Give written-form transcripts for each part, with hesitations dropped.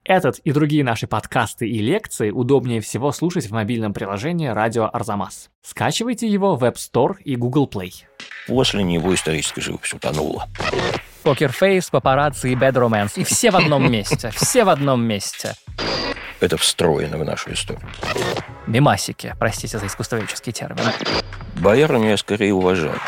Этот и другие наши подкасты и лекции удобнее всего слушать в мобильном приложении «Радио Арзамас». Скачивайте его в App Store и Google Play. После него историческая живопись утонула. Покерфейс, папарацци и Bad Romance. И все в одном месте. Все в одном месте. Это встроено в нашу историю. Мемасики, простите за искусствоведческий термин. Боярыню я скорее уважаю.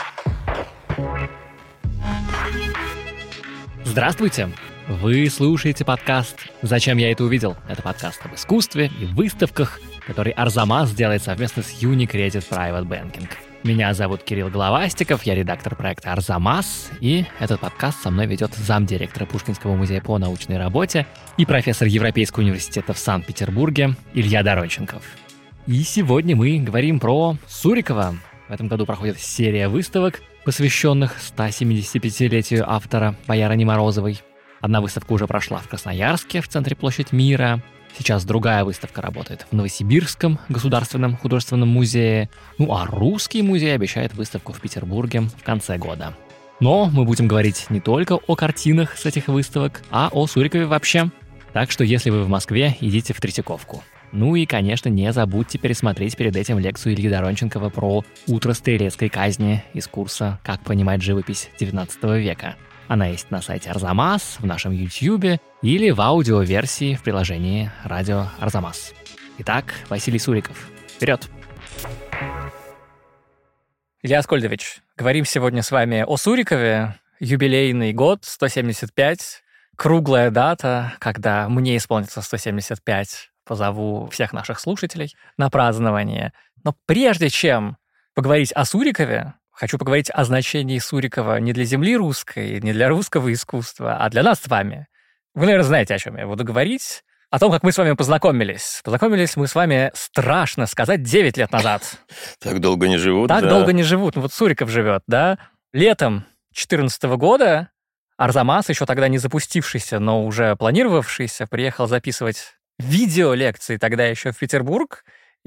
Здравствуйте! Вы слушаете подкаст «Зачем я это увидел?». Это подкаст об искусстве и выставках, который Арзамас делает совместно с Unicredit Private Banking. Меня зовут Кирилл Головастиков, я редактор проекта «Арзамас», и этот подкаст со мной ведет замдиректора Пушкинского музея по научной работе и профессор Европейского университета в Санкт-Петербурге Илья Доронченков. И сегодня мы говорим про Сурикова. В этом году проходит серия выставок, посвященных 175-летию автора Боярыни Морозовой. Одна выставка уже прошла в Красноярске, в центре Площадь Мира. Сейчас другая выставка работает в Новосибирском государственном художественном музее. Ну а Русский музей обещает выставку в Петербурге в конце года. Но мы будем говорить не только о картинах с этих выставок, а о Сурикове вообще. Так что если вы в Москве, идите в Третьяковку. Ну и, конечно, не забудьте пересмотреть перед этим лекцию Ильи Доронченкова про утро стрелецкой казни из курса «Как понимать живопись XIX века». Она есть на сайте Арзамас, в нашем YouTube или в аудиоверсии в приложении «Радио Арзамас». Итак, Василий Суриков. Вперед! Илья Аскольдович, говорим сегодня с вами о Сурикове. Юбилейный год, 175. Круглая дата, когда мне исполнится 175. Позову всех наших слушателей на празднование. Но прежде чем поговорить о Сурикове, хочу поговорить о значении Сурикова не для земли русской, не для русского искусства, а для нас с вами. Вы, наверное, знаете, о чем я буду говорить. О том, как мы с вами познакомились. Познакомились мы с вами, страшно сказать, 9 лет назад. Так долго не живут, Так долго не живут. Ну, вот Суриков живет, да? Летом 2014 года Арзамас, еще тогда не запустившийся, но уже планировавшийся, приехал записывать видеолекции тогда еще в Петербург,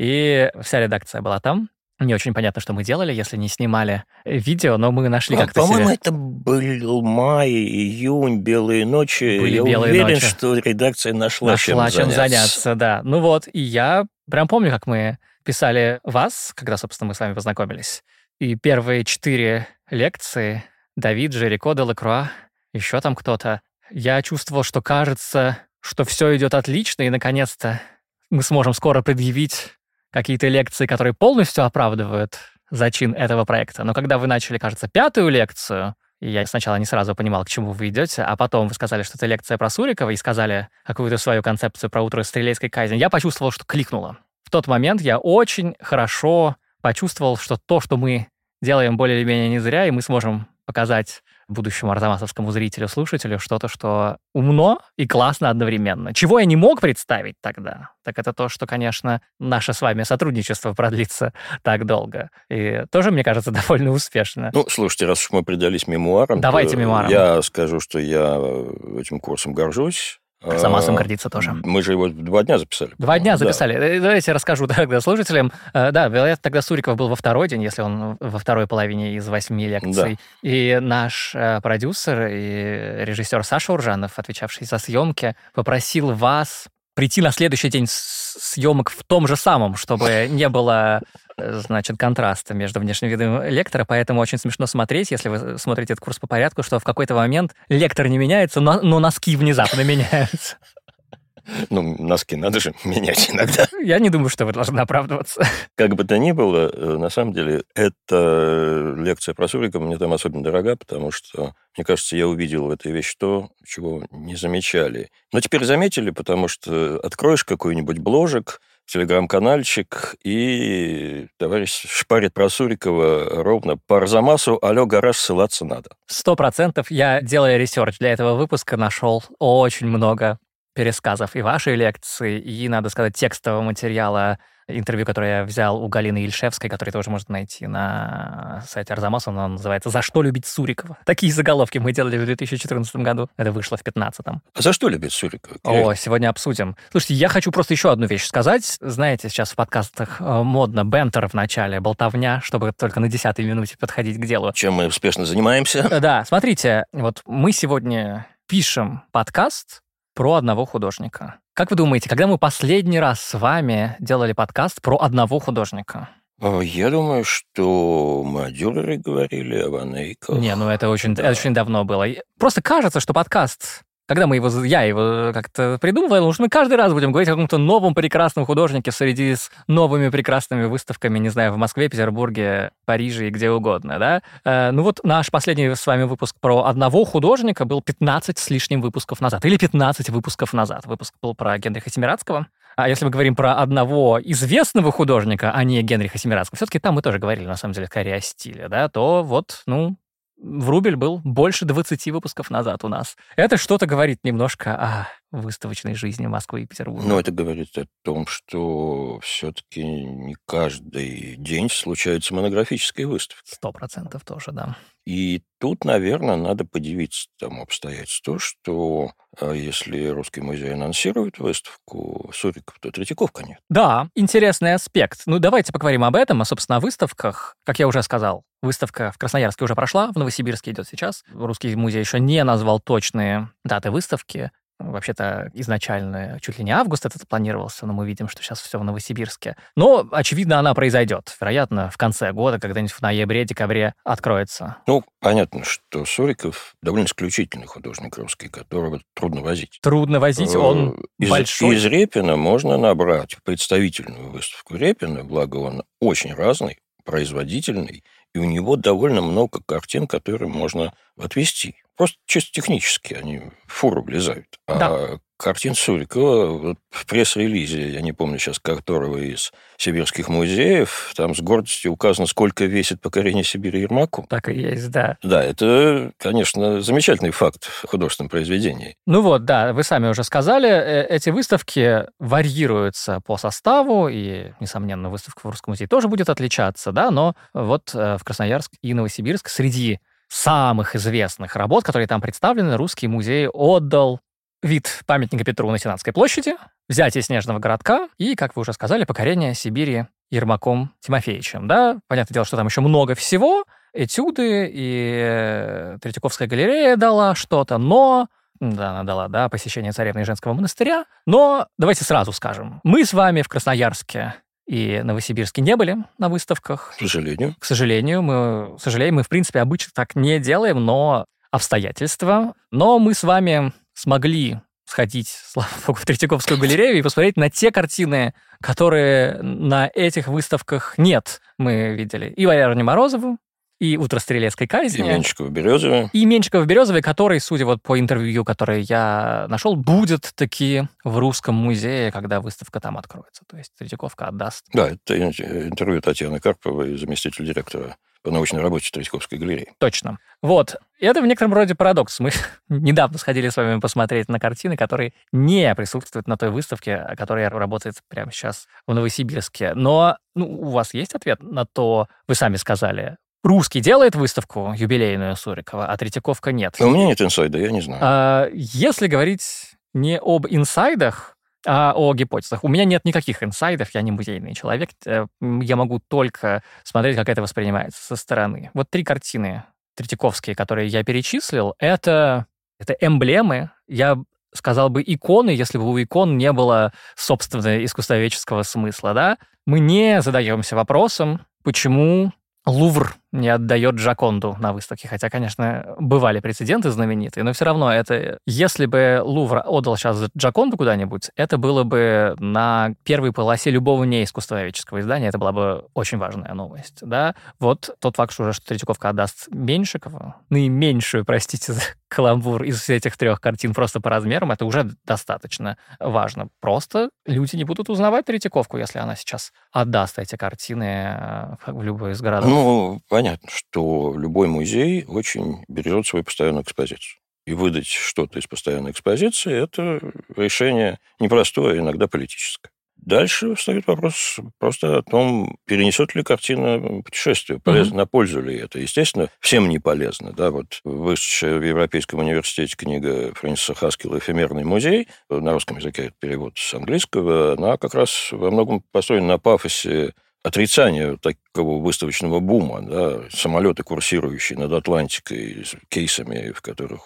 и вся редакция была там. Не очень понятно, что мы делали, если не снимали видео, но мы нашли как-то по-моему, себе... это был май, июнь, белые ночи. Были я белые уверен, ночи. что редакция нашла чем заняться, да. Ну вот, и я прям помню, как мы писали вас, когда, собственно, мы с вами познакомились. И первые 4 лекции Давид, Жерико, Делакруа, еще там кто-то. Я чувствовал, что кажется, что все идет отлично, и, наконец-то, мы сможем скоро предъявить какие-то лекции, которые полностью оправдывают зачин этого проекта. Но когда вы начали, кажется, 5-ю лекцию, и я сначала не сразу понимал, к чему вы идете, а потом вы сказали, что это лекция про Сурикова, и сказали какую-то свою концепцию про утро стрелецкой казни, я почувствовал, что кликнуло. В тот момент я очень хорошо почувствовал, что то, что мы делаем более или менее не зря, и мы сможем показать будущему арзамасовскому зрителю, слушателю что-то, что умно и классно одновременно. Чего я не мог представить тогда, так это то, что, конечно, наше с вами сотрудничество продлится так долго. И тоже, мне кажется, довольно успешно. Ну, слушайте, раз уж мы предались мемуарам, давайте мемуарам. Я скажу, что я этим курсом горжусь. Арзамасом гордиться тоже. Мы же его 2 дня записали. 2 дня записали. Да. Давайте я расскажу тогда слушателям. Да, вероятно, тогда Суриков был во второй день, если он во второй половине из 8 лекций. Да. И наш продюсер и режиссер Саша Уржанов, отвечавший за съемки, попросил вас прийти на следующий день съемок в том же самом, чтобы не было, значит, контраста между внешним видом лектора, поэтому очень смешно смотреть, если вы смотрите этот курс по порядку, что в какой-то момент лектор не меняется, но носки внезапно меняются. Ну, носки надо же менять иногда. Я не думаю, что вы должны оправдываться. Как бы то ни было, на самом деле, эта лекция про Сурикова мне там особенно дорога, потому что, мне кажется, я увидел в этой вещи то, чего не замечали. Но теперь заметили, потому что откроешь какой-нибудь бложек, телеграм-канальчик, и товарищ шпарит про Сурикова ровно по Арзамасу, алло, гараж, ссылаться надо. 100%. Я, делая ресерч для этого выпуска, нашел очень много пересказов и вашей лекции, и, надо сказать, текстового материала, интервью, которое я взял у Галины Ильшевской, который тоже можно найти на сайте Арзамаса, оно называется «За что любить Сурикова?». Такие заголовки мы делали в 2014 году, это вышло в 2015. А за что любить Сурикова? О, сегодня обсудим. Слушайте, я хочу просто еще одну вещь сказать. Знаете, сейчас в подкастах модно бентер в начале, болтовня, чтобы только на 10-й минуте подходить к делу. Чем мы успешно занимаемся. Да, смотрите, вот мы сегодня пишем подкаст про одного художника. Как вы думаете, когда мы последний раз с вами делали подкаст про одного художника? Я думаю, что мы о Дюрере говорили, о Ван Эйках. Не, ну это очень давно было. Просто кажется, что подкаст, когда я его как-то придумывал, уж мы каждый раз будем говорить о каком-то новом прекрасном художнике среди с новыми прекрасными выставками, не знаю, в Москве, Петербурге, Париже и где угодно, да? Ну вот наш последний с вами выпуск про одного художника был 15 с лишним выпусков назад, или 15 выпусков назад. Выпуск был про Генриха Семирадского. А если мы говорим про одного известного художника, а не Генриха Семирадского, все-таки там мы тоже говорили, на самом деле, скорее о стиле, да, то вот, Врубель был больше 20 выпусков назад у нас. Это что-то говорит немножко о выставочной жизни Москвы и Петербурга. Но это говорит о том, что все-таки не каждый день случаются монографические выставки. 100% тоже, да. И тут, наверное, надо подивиться тому обстоятельству, что если Русский музей анонсирует выставку Суриков, то Третьяковка нет. Да, интересный аспект. Давайте поговорим об этом, собственно, о выставках. Как я уже сказал, выставка в Красноярске уже прошла, в Новосибирске идет сейчас. Русский музей еще не назвал точные даты выставки. Вообще-то изначально чуть ли не август это планировался, но мы видим, что сейчас все в Новосибирске. Но, очевидно, она произойдет. Вероятно, в конце года, когда-нибудь в ноябре-декабре откроется. Понятно, что Суриков довольно исключительный художник русский, которого трудно возить. Трудно возить, он большой. Из Репина можно набрать представительную выставку Репина, благо он очень разный, производительный, и у него довольно много картин, которые можно отвезти. Просто чисто технически они в фуру влезают. А картин Сурикова в пресс-релизе, я не помню сейчас, которого из сибирских музеев, там с гордостью указано, сколько весит покорение Сибири Ермаку. Так и есть, да. Да, это, конечно, замечательный факт в художественном произведении. Вы сами уже сказали, эти выставки варьируются по составу, и, несомненно, выставка в Русском музее тоже будет отличаться, да, но вот в Красноярск и Новосибирск среди самых известных работ, которые там представлены, Русский музей отдал вид памятника Петру на Сенатской площади, взятие Снежного городка и, как вы уже сказали, покорение Сибири Ермаком Тимофеевичем. Да? Понятное дело, что там еще много всего, этюды, и Третьяковская галерея дала что-то, но... Да, она дала, посещение царевны и женского монастыря. Но давайте сразу скажем, мы с вами в Красноярске и Новосибирске не были на выставках. К сожалению. К сожалению, мы, в принципе, обычно так не делаем, но обстоятельства. Но мы с вами смогли сходить, слава богу, в Третьяковскую галерею и посмотреть на те картины, которые на этих выставках нет. Мы видели и Валерию Морозову, и «Утро стрелецкой казни». И Меньшикова-Березовой. И Меньшикова-Березовой, который, судя по интервью, которое я нашел, будет таки в Русском музее, когда выставка там откроется. То есть Третьяковка отдаст. Да, это интервью Татьяны Карповой, заместитель директора по научной работе Третьяковской галереи. Точно. И это в некотором роде парадокс. Мы недавно сходили с вами посмотреть на картины, которые не присутствуют на той выставке, которая работает прямо сейчас в Новосибирске. Но у вас есть ответ на то, вы сами сказали, Русский делает выставку юбилейную Сурикова, а Третьяковка нет. Но у меня нет инсайда, я не знаю. Если говорить не об инсайдах, а о гипотезах. У меня нет никаких инсайдов, я не музейный человек. Я могу только смотреть, как это воспринимается со стороны. Вот 3 картины третьяковские, которые я перечислил, это эмблемы. Я сказал бы иконы, если бы у икон не было собственного искусствоведческого смысла. Да? Мы не задаемся вопросом, почему Лувр не отдает Джоконду на выставке, хотя, конечно, бывали прецеденты знаменитые, но все равно это... Если бы Лувр отдал сейчас Джоконду куда-нибудь, это было бы на первой полосе любого неискусствоведческого издания, это была бы очень важная новость, да? Вот тот факт, что Третьяковка отдаст Меньшикову, наименьшую, простите за каламбур, из этих 3 картин просто по размерам, это уже достаточно важно. Просто люди не будут узнавать Третьяковку, если она сейчас отдаст эти картины в любой из городов. Понятно, что любой музей очень бережет свою постоянную экспозицию. И выдать что-то из постоянной экспозиции – это решение непростое, иногда политическое. Дальше встает вопрос просто о том, перенесет ли картина путешествие, полезно, на пользу ли это. Естественно, всем не полезно. Да? Вот вышедшая в Европейском университете книга Фрэнсиса Хаскила «Эфемерный музей», на русском языке это перевод с английского, она как раз во многом построена на пафосе отрицания такого выставочного бума, да? Самолеты, курсирующие над Атлантикой с кейсами, в которых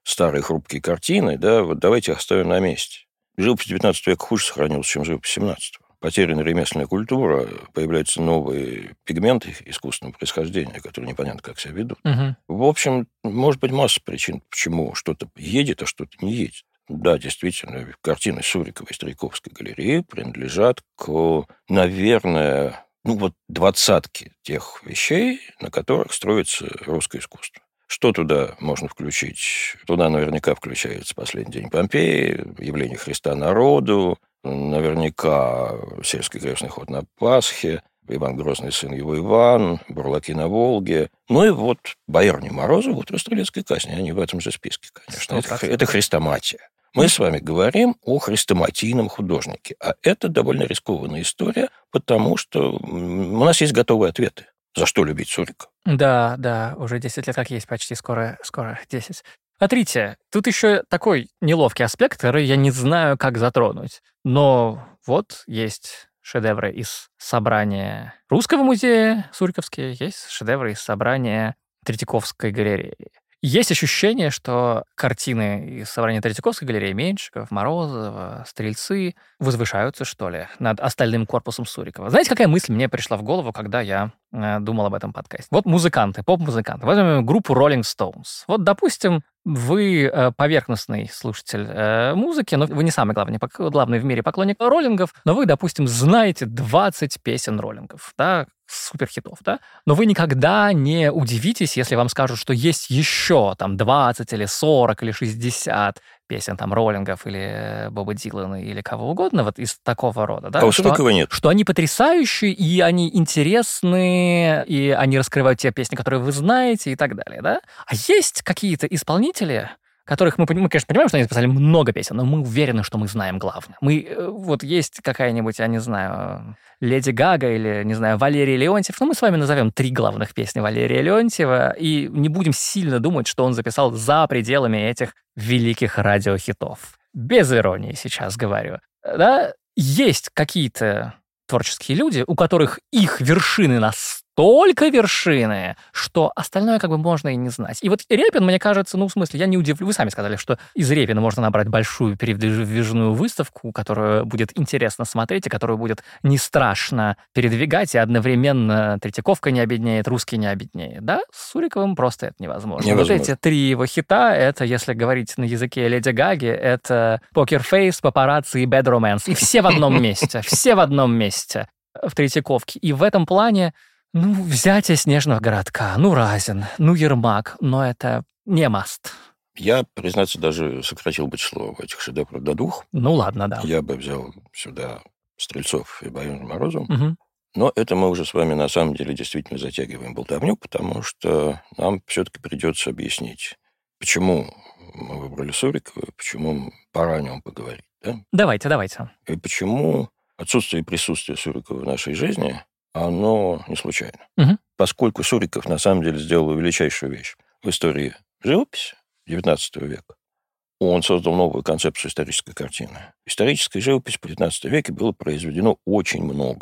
старые хрупкие картины, да, вот давайте их оставим на месте. Живопись 19 века хуже сохранилась, чем живопись 17-го. Потеряна ремесленная культура, появляются новые пигменты искусственного происхождения, которые непонятно, как себя ведут. В общем, может быть, масса причин, почему что-то едет, а что-то не едет. Да, действительно, картины Суриковой и Стариковской галереи принадлежат к, наверное, двадцатке тех вещей, на которых строится русское искусство. Что туда можно включить? Туда наверняка включается «Последний день Помпеи», «Явление Христа народу», наверняка «Сельский крестный ход на Пасхе», «Иван Грозный, сын его Иван», «Бурлаки на Волге». Ну и вот «Боярни Морозову», «Утро стрелецкой казни». Они в этом же списке, конечно. Это хрестоматия. Мы с вами говорим о хрестоматийном художнике. А это довольно рискованная история, потому что у нас есть готовые ответы. За что любить Сурикова? Да, уже 10 лет как есть, почти скоро 10. Смотрите, тут еще такой неловкий аспект, который я не знаю, как затронуть. Но вот есть шедевры из собрания Русского музея Суриковские, есть шедевры из собрания Третьяковской галереи. Есть ощущение, что картины из собрания Третьяковской галереи, Меньшиков, Морозова, Стрельцы возвышаются, что ли, над остальным корпусом Сурикова. Знаете, какая мысль мне пришла в голову, когда я думал об этом подкасте? Вот музыканты, поп-музыканты. Возьмем группу Rolling Stones. Вот, допустим, вы поверхностный слушатель музыки, но вы не самый главный в мире поклонник роллингов, но вы, допустим, знаете 20 песен роллингов, да, суперхитов, да? Но вы никогда не удивитесь, если вам скажут, что есть еще там 20 или 40 или 60 песен там роллингов или Боба Дилана или кого угодно вот из такого рода, да? А у Сурикова нет. Что они потрясающие, и они интересные, и они раскрывают те песни, которые вы знаете и так далее, да? А есть какие-то исполнители, которых мы, конечно, понимаем, что они записали много песен, но мы уверены, что мы знаем главное. Вот есть какая-нибудь, я не знаю, Леди Гага или, не знаю, Валерий Леонтьев. Мы с вами назовем 3 главных песни Валерия Леонтьева и не будем сильно думать, что он записал за пределами этих великих радиохитов. Без иронии сейчас говорю. Да, есть какие-то творческие люди, у которых их вершины настолько вершины, что остальное как бы можно и не знать. И вот Репин, мне кажется, в смысле, я не удивлю. Вы сами сказали, что из Репина можно набрать большую передвижную выставку, которую будет интересно смотреть, и которую будет не страшно передвигать, и одновременно Третьяковка не обеднеет, русский не обеднеет. Да? С Суриковым просто это невозможно. Вот эти 3 его хита, это, если говорить на языке Леди Гаги, это «Покер Фейс», «Папарацци» и «Bad Romance». И все в одном месте. Все в одном месте в Третьяковке. И в этом плане взятие «Снежного городка», Разин, Ермак, но это не маст. Я, признаться, даже сократил бы число этих шедевров до 2. Ладно, да. Я бы взял сюда Стрельцов и Боярню Морозову. Угу. Но это мы уже с вами на самом деле действительно затягиваем болтовню, потому что нам все-таки придется объяснить, почему мы выбрали Сурикова, почему пора о нем поговорить. Да? Давайте. И почему отсутствие и присутствие Сурикова в нашей жизни, оно не случайно. Угу. Поскольку Суриков на самом деле сделал величайшую вещь в истории живописи XIX века, он создал новую концепцию исторической картины. Исторической живописи в XIX веке было произведено очень много.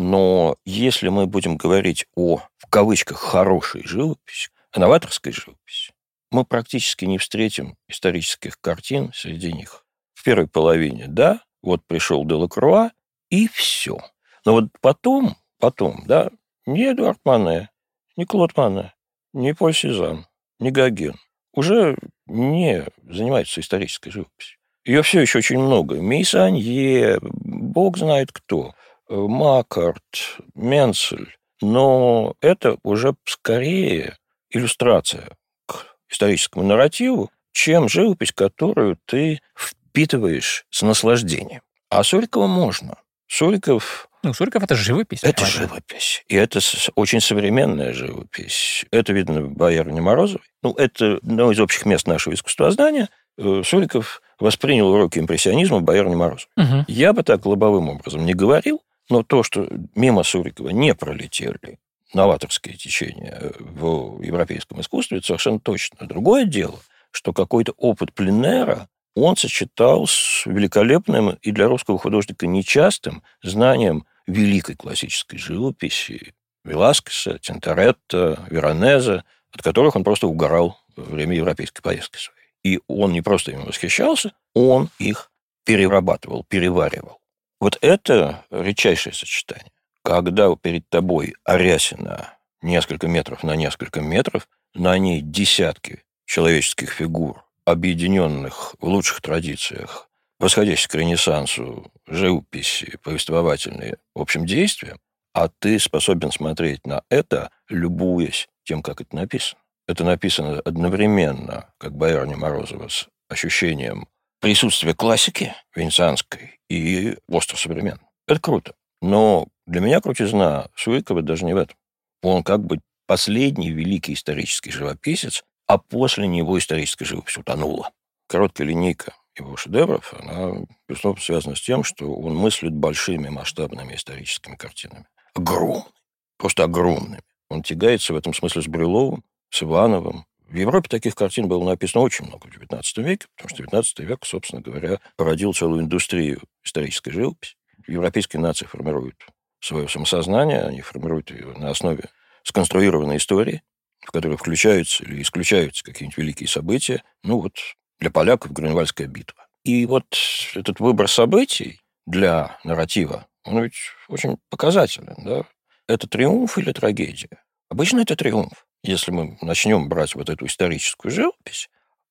Но если мы будем говорить о, в кавычках, хорошей живописи, о новаторской живописи, мы практически не встретим исторических картин среди них. В первой половине, да, вот пришел Делакруа, и все. Но вот потом, да, ни Эдуард Мане, ни Клод Мане, ни Поль Сезанн, ни Гоген уже не занимаются исторической живописью. Ее все еще очень много. Мейсанье, бог знает кто, Маккарт, Менцель. Но это уже скорее иллюстрация к историческому нарративу, чем живопись, которую ты впитываешь с наслаждением. А Сурикова можно. Суриков — это живопись. Это живопись. И это очень современная живопись. Это видно в «Боярне Морозовой». Это одно из общих мест нашего искусствознания. Суриков воспринял уроки импрессионизма в «Боярне Морозовой». Угу. Я бы так лобовым образом не говорил, но то, что мимо Сурикова не пролетели новаторские течения в европейском искусстве, это совершенно точно. Другое дело, что какой-то опыт пленэра он сочетал с великолепным и для русского художника нечастым знанием великой классической живописи Веласкеса, Тинторетто, Веронезе, от которых он просто угорал во время европейской поездки своей. И он не просто им восхищался, он их перерабатывал, переваривал. Вот это редчайшее сочетание. Когда перед тобой Арясина несколько метров на несколько метров, на ней десятки человеческих фигур, объединенных в лучших традициях, восходящих к Ренессансу, живописи, повествовательные, в общем, действия, а ты способен смотреть на это, любуясь тем, как это написано. Это написано одновременно, как «Боярыня Морозова», с ощущением присутствия классики венецианской и остро современной. Это круто. Но для меня крутизна Сурикова даже не в этом. Он как бы последний великий исторический живописец, а после него историческая живопись утонула. Короткая линейка его шедевров, она, безусловно, связана с тем, что он мыслит большими масштабными историческими картинами. Огромными. Просто огромными. Он тягается в этом смысле с Брюловым, с Ивановым. В Европе таких картин было написано очень много в XIX веке, потому что XIX век, собственно говоря, породил целую индустрию исторической живописи. Европейские нации формируют свое самосознание, они формируют ее на основе сконструированной истории, в которой включаются или исключаются какие-нибудь великие события. Ну вот для поляков Грюнвальдская битва. И вот этот выбор событий для нарратива, он ведь очень показателен. Да? Это триумф или трагедия? Обычно это триумф. Если мы начнем брать вот эту историческую живопись,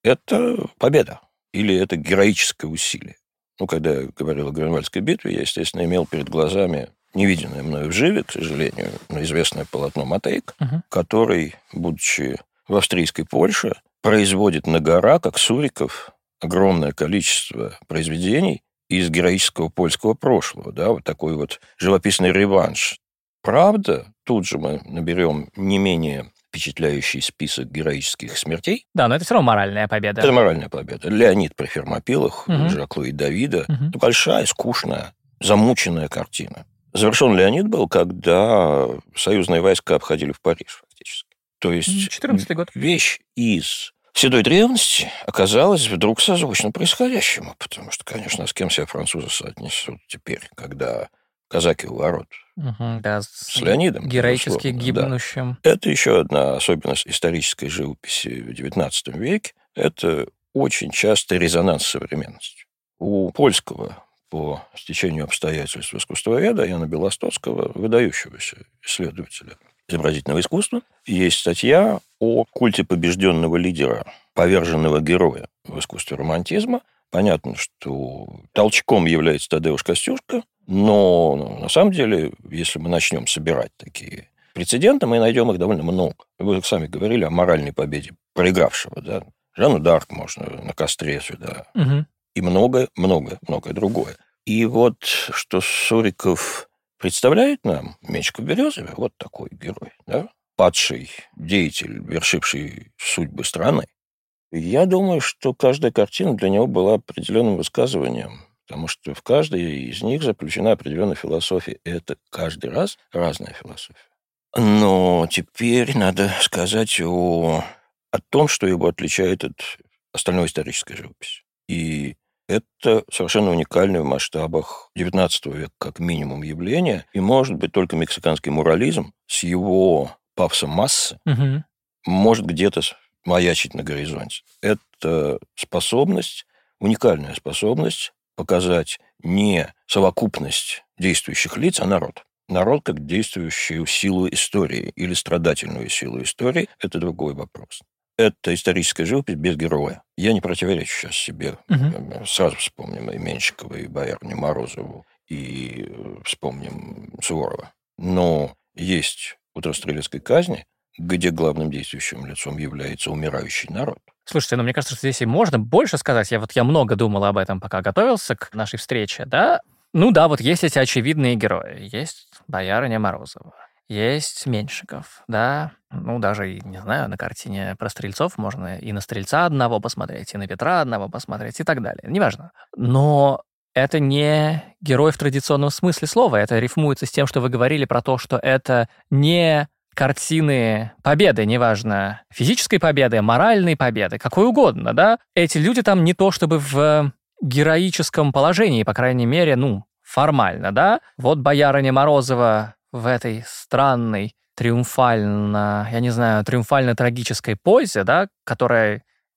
это победа или это героическое усилие. Ну, когда я говорил о Грюнвальдской битве, я, естественно, имел перед глазами невиденное мною вживе, к сожалению, но известное полотно Матейк, который, будучи в австрийской Польше, производит на гора, как Суриков, огромное количество произведений из героического польского прошлого. Да, вот такой вот живописный реванш. Правда, тут же мы наберем не менее впечатляющий список героических смертей. Да, но это все равно моральная победа. Это моральная победа. Леонид при Фермопилах, Жакло и Давида. Большая, скучная, замученная картина. Завершен Леонид был, когда союзные войска обходили в Париж, фактически. То есть 14-й год. Вещь из седой древности оказалась вдруг созвучна происходящему, потому что, конечно, с кем себя французы соотнесут теперь, когда казаки у ворот. Да, с Леонидом. Героически гибнущим. Да. Это еще одна особенность исторической живописи в XIX веке. Это очень часто резонанс с современностью. У польского, по стечению обстоятельств, искусствоведа Яна Белостоцкого, выдающегося исследователя изобразительного искусства, есть статья о культе побежденного лидера, поверженного героя в искусстве романтизма. Понятно, что толчком является Тадеуш Костюшка, но на самом деле, если мы начнем собирать такие прецеденты, мы найдем их довольно много. Вы сами говорили о моральной победе проигравшего. Да? Жанну д'Арк можно на костре сюда. И многое другое. И вот что Суриков представляет нам, Меньшиков Березове, вот такой герой, да? Падший деятель, вершивший судьбы страны. Я думаю, что каждая картина для него была определенным высказыванием, потому что в каждой из них заключена определенная философия. И это каждый раз разная философия. Но теперь надо сказать о том, что его отличает от остальной исторической живописи. И это совершенно уникальное в масштабах XIX века, как минимум, явление. И, может быть, только мексиканский мурализм с его пафосом массы может где-то маячить на горизонте. Это способность, уникальная способность показать не совокупность действующих лиц, а народ. Народ как действующую силу истории или страдательную силу истории – это другой вопрос. Это историческая живопись без героя. Я не противоречу сейчас себе. Сразу вспомним и Меньшикова, и Боярыню Морозову, и вспомним Суворова. Но есть «Утро стрелецкой казни», где главным действующим лицом является умирающий народ. Слушайте, мне кажется, что здесь и можно больше сказать. Я много думал об этом, пока готовился к нашей встрече, да? Вот есть эти очевидные герои. Есть Боярыня Морозова. Есть Меньшиков, да? Даже, не знаю, на картине про стрельцов можно и на стрельца одного посмотреть, и на Петра одного посмотреть, и так далее. Неважно. Но это не герой в традиционном смысле слова. Это рифмуется с тем, что вы говорили про то, что это не картины победы, неважно, физической победы, моральной победы, какой угодно, да? Эти люди там не то чтобы в героическом положении, по крайней мере, формально, да? Вот Боярыня Морозова в этой странной, триумфально-трагической позе, да, которая, в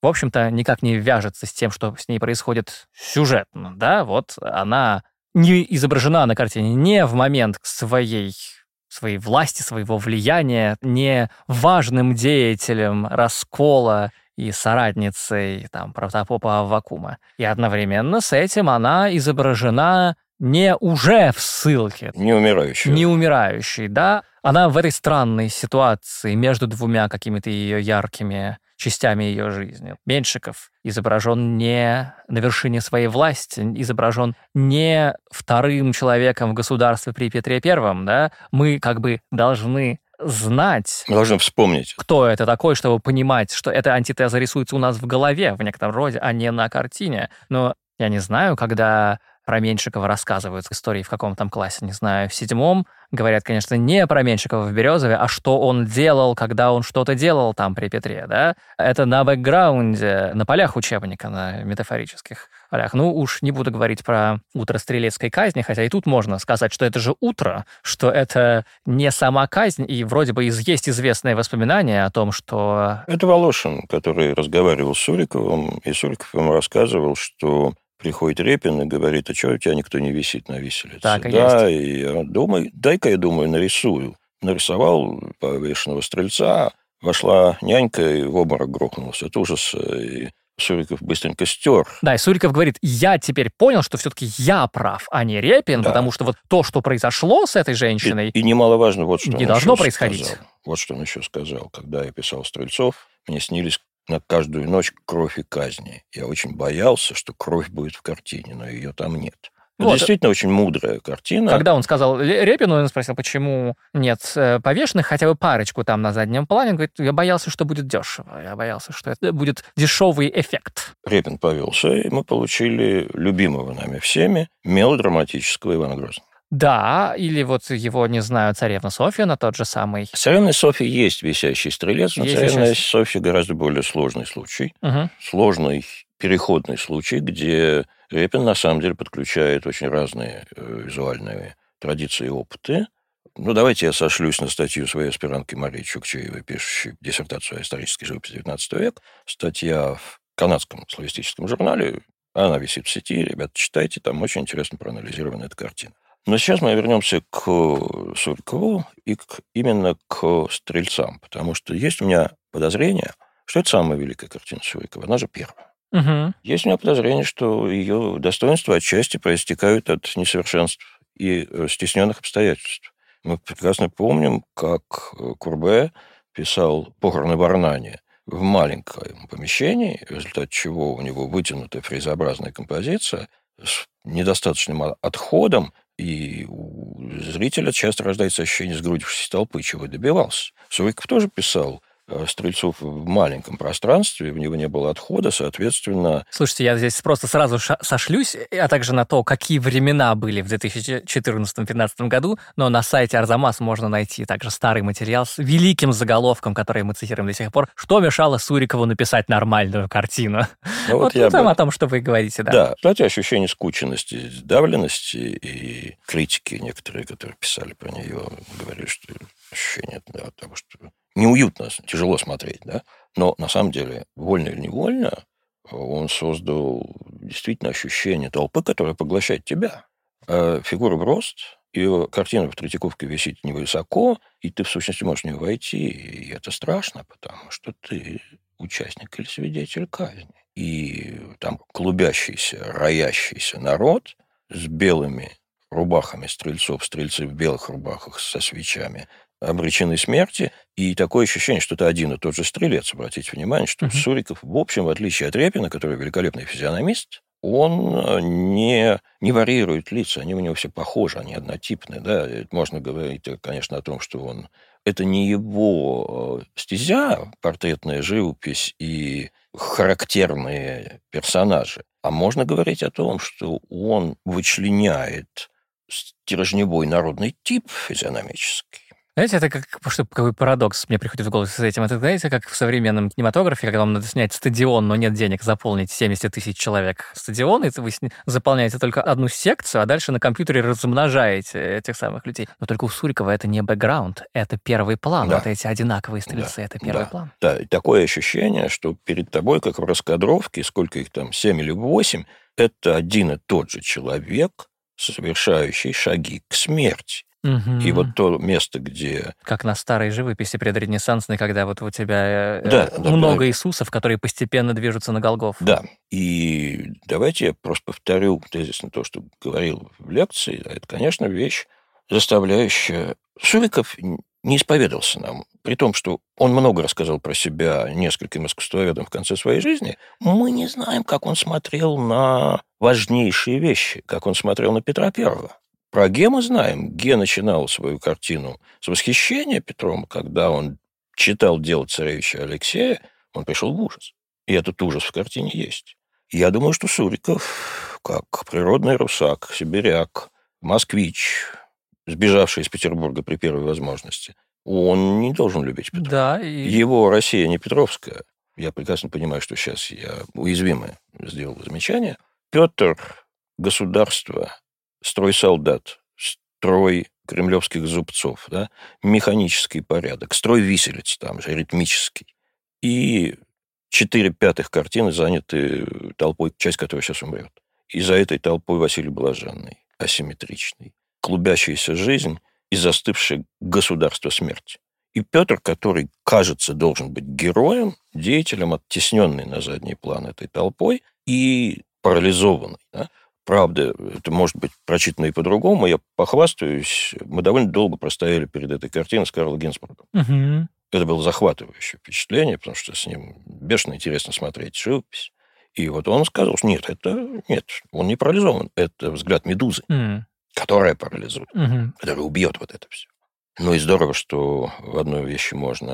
в общем-то, никак не вяжется с тем, что с ней происходит сюжетно, да, вот она не изображена на картине не в момент своей власти, своего влияния, не важным деятелем раскола и соратницей там протопопа Аввакума. И одновременно с этим она изображена не уже в ссылке. Не умирающий. Не умирающий, да. Она в этой странной ситуации между двумя какими-то ее яркими частями ее жизни. Меньшиков изображен не на вершине своей власти, изображен не вторым человеком в государстве при Петре Первом, да. Мы как бы должны знать... Мы должны вспомнить. Кто это такой, чтобы понимать, что эта антитеза рисуется у нас в голове в некотором роде, а не на картине. Но я не знаю, когда про Меньшикова рассказывают истории в каком там классе, не знаю, в 7-м. Говорят, конечно, не про Меньшикова в Березове, а что он делал, когда он что-то делал там при Петре, да? Это на бэкграунде, на полях учебника, на метафорических полях. Ну, уж не буду говорить про утро стрелецкой казни, хотя и тут можно сказать, что это же утро, что это не сама казнь, и вроде бы есть известные воспоминания о том, что... Это Волошин, который разговаривал с Суриковым, и Суриков ему рассказывал, что приходит Репин и говорит: а что у тебя никто не висит на виселице? Так и да, есть. И я думаю, дай-ка, я думаю, нарисую. Нарисовал повешенного стрельца, вошла нянька и в обморок грохнулась от ужаса. И Суриков быстренько стер. Да, и Суриков говорит: я теперь понял, что все-таки я прав, а не Репин, Да. потому что вот то, что произошло с этой женщиной, И немаловажно, вот что не он должно еще происходить. сказал. Вот что он еще сказал. Когда я писал «Стрельцов», мне снились на каждую ночь кровь и казни. Я очень боялся, что кровь будет в картине, но ее там нет. Это Вот. действительно очень мудрая картина. Когда он сказал Репину, он спросил, почему нет повешенных, хотя бы парочку там на заднем плане. Он говорит: я боялся, что будет дешево. Я боялся, что это будет дешевый эффект. Репин повелся, и мы получили любимого нами всеми мелодраматического Ивана Грозного. Да, или вот его, не знаю, царевна Софья, на тот же самый. В «Царевной Софье» есть висящий стрелец, но Есть «Царевная висящий. Софья» гораздо более сложный случай. Угу. Сложный переходный случай, где Репин на самом деле подключает очень разные визуальные традиции и опыты. Ну, давайте я сошлюсь на статью своей аспирантки Марии Чукчеевой, пишущей диссертацию о исторической живописи XIX века. Статья в канадском славистическом журнале. Она висит в сети. Ребята, читайте, там очень интересно проанализирована эта картина. Но сейчас мы вернемся к Сурикову и именно к «Стрельцам», потому что есть у меня подозрение, что это самая великая картина Сурикова. Она же первая. Угу. Есть у меня подозрение, что ее достоинства отчасти проистекают от несовершенств и стесненных обстоятельств. Мы прекрасно помним, как Курбе писал «Похороны в Арнане» в маленьком помещении, в результате чего у него вытянутая фрезообразная композиция с недостаточным отходом, и у зрителя часто рождается ощущение сгрудившейся толпы, чего и добивался. Суриков тоже писал «Стрельцов» в маленьком пространстве, у него не было отхода, соответственно... Слушайте, я здесь просто сразу сошлюсь, а также на то, какие времена были в 2014-2015 году, но на сайте Арзамас можно найти также старый материал с великим заголовком, который мы цитируем до сих пор: «Что мешало Сурикову написать нормальную картину?» Ну, вот я там о том, что вы говорите, да. Да, кстати, ощущение скученности, давленности и критики некоторые, которые писали про нее, говорили, что ощущение того, что неуютно, тяжело смотреть, да? Но на самом деле, вольно или невольно, он создал действительно ощущение толпы, которая поглощает тебя. А фигура в рост, ее картина в Третьяковке висит невысоко, и ты, в сущности, можешь в нее войти, и это страшно, потому что ты участник или свидетель казни. И там клубящийся, роящийся народ с белыми рубахами стрельцов, стрельцы в белых рубахах со свечами, обречены смерти, и такое ощущение, что это один и тот же стрелец. Обратите внимание, что Суриков, в общем, в отличие от Репина, который великолепный физиономист, он не варьирует лица, они у него все похожи, они однотипны. Да? Можно говорить, конечно, о том, что это не его стезя, портретная живопись и характерные персонажи, а можно говорить о том, что он вычленяет стержневой народный тип физиономический Знаете, это как, что какой парадокс мне приходит в голову с этим. Это, знаете, как в современном кинематографе, когда вам надо снять стадион, но нет денег заполнить 70 тысяч человек стадион, и вы заполняете только одну секцию, а дальше на компьютере размножаете этих самых людей. Но только у Сурикова это не бэкграунд, это первый план. Да. Вот эти одинаковые стрельцы, это первый план. Да, и такое ощущение, что перед тобой, как в раскадровке, сколько их там, 7 или 8, это один и тот же человек, совершающий шаги к смерти. И вот то место, где... Как на старой живописи предренессансной, когда вот у тебя много Иисусов, которые постепенно движутся на Голгофу. Да, и давайте я просто повторю тезисно то, что говорил в лекции. Это, конечно, вещь, заставляющая... Суриков не исповедовался нам. При том, что он много рассказал про себя нескольким искусствоведам в конце своей жизни, мы не знаем, как он смотрел на важнейшие вещи, как он смотрел на Петра Первого. Про Ге мы знаем. Ге начинал свою картину с восхищения Петром. Когда он читал «Дело царевича Алексея», он пришел в ужас. И этот ужас в картине есть. Я думаю, что Суриков, как природный русак, сибиряк, москвич, сбежавший из Петербурга при первой возможности, он не должен любить Петра. Да, Его Россия не Петровская. Я прекрасно понимаю, что сейчас я уязвимое сделал замечание. Петр – государство, строй солдат, строй кремлевских зубцов, да, механический порядок, строй виселиц там же, ритмический. И 4/5 картины заняты толпой, часть которой сейчас умрет. И за этой толпой Василий Блаженный, асимметричный, клубящаяся жизнь и застывшее государство смерти. И Петр, который, кажется, должен быть героем, деятелем, оттесненный на задний план этой толпой и парализованный, да. Правда, это может быть прочитано и по-другому. Я похвастаюсь, мы довольно долго простояли перед этой картиной с Карлом Гинзбургом. Угу. Это было захватывающее впечатление, потому что с ним бешено интересно смотреть живопись. И вот он сказал, что нет, он не парализован. Это взгляд медузы, которая парализует, которая убьет вот это все. Ну и здорово, что в одной вещи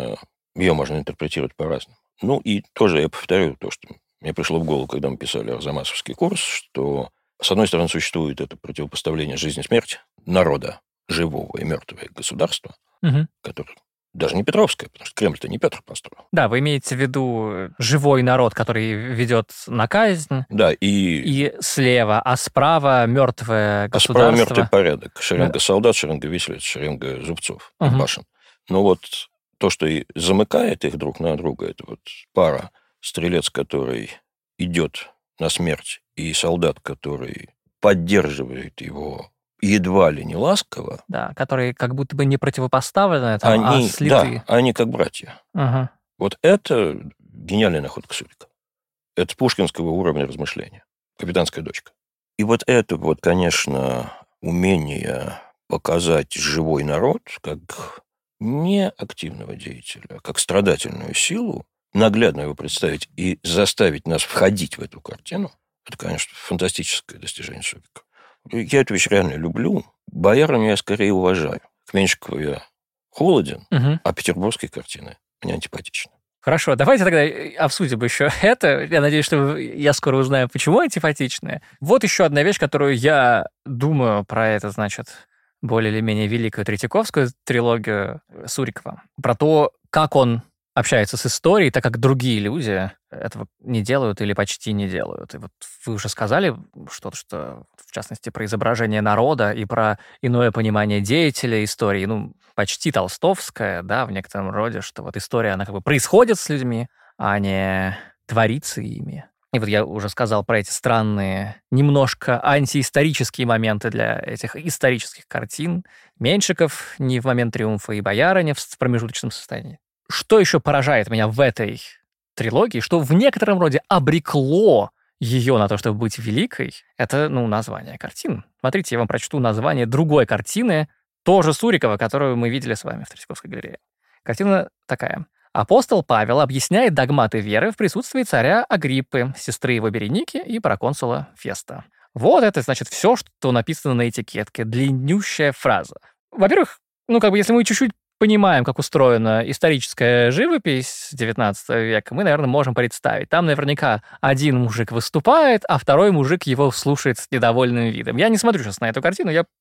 ее можно интерпретировать по-разному. Ну и тоже я повторю то, что мне пришло в голову, когда мы писали арзамасовский курс, что с одной стороны, существует это противопоставление жизни-смерти, народа живого и мертвого государства, которое даже не Петровское, потому что Кремль-то не Петр построил. Да, вы имеете в виду живой народ, который ведет на казнь. Да, и слева, а справа мертвое государство. А справа мертвый порядок. Шеренга солдат, шеренга виселиц, шеренга зубцов, башен. Но вот то, что и замыкает их друг на друга, это вот пара стрелец, который идет на смерть, и солдат, который поддерживает его едва ли не ласково. Да, которые как будто бы не противопоставлены, а слиты. Да, они как братья. Вот это гениальная находка Сурикова. Это пушкинского уровня размышления. Капитанская дочка. И вот это вот, конечно, умение показать живой народ как не активного деятеля, а как страдательную силу, наглядно его представить и заставить нас входить в эту картину, это, конечно, фантастическое достижение Сурикова. Я эту вещь реально люблю. Боярыню я скорее уважаю. К Меньшикову я холоден, а петербургские картины мне антипатичны. Хорошо, давайте тогда обсудим еще это. Я надеюсь, что я скоро узнаю, почему антипатичные. Вот еще одна вещь, которую я думаю про это, значит, более или менее великую Третьяковскую трилогию Сурикова. Про то, как он общается с историей, так как другие люди этого не делают или почти не делают. И вот вы уже сказали что-то, что в частности про изображение народа и про иное понимание деятеля истории, почти толстовское, да, в некотором роде, что вот история, она как бы происходит с людьми, а не творится ими. И вот я уже сказал про эти странные, немножко антиисторические моменты для этих исторических картин. Меньшиков не в момент триумфа и Боярыня в промежуточном состоянии. Что еще поражает меня в этой трилогии, что в некотором роде обрекло ее на то, чтобы быть великой, это, название картин. Смотрите, я вам прочту название другой картины, тоже Сурикова, которую мы видели с вами в Третьяковской галерее. Картина такая. Апостол Павел объясняет догматы веры в присутствии царя Агриппы, сестры его Береники и проконсула Феста. Вот это, значит, все, что написано на этикетке. Длиннющая фраза. Во-первых, если мы чуть-чуть понимаем, как устроена историческая живопись XIX века, мы, наверное, можем представить. Там наверняка один мужик выступает, а второй мужик его слушает с недовольным видом. Я не смотрю сейчас на эту картину, я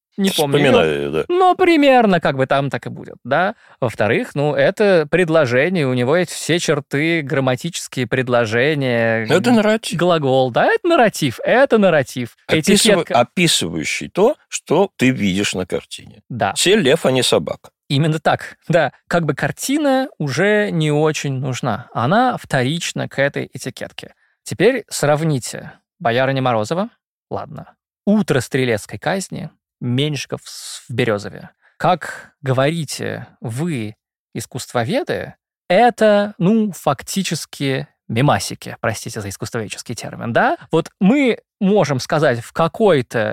Не помню. Вспоминаю, да. Но примерно как бы там так и будет, да. Во-вторых, это предложение, у него есть все черты, грамматические предложения. Это нарратив. Глагол, да, это нарратив. Этикетка. Описывающий то, что ты видишь на картине. Да. Все лев, а не собака. Именно так, да. Как бы картина уже не очень нужна. Она вторична к этой этикетке. Теперь сравните «Боярыня Морозова», ладно, «Утро стрелецкой казни», «Меньшиков в Березове». Как говорите вы, искусствоведы, это, фактически мемасики, простите за искусствоведческий термин, да? Вот мы можем сказать, в какой-то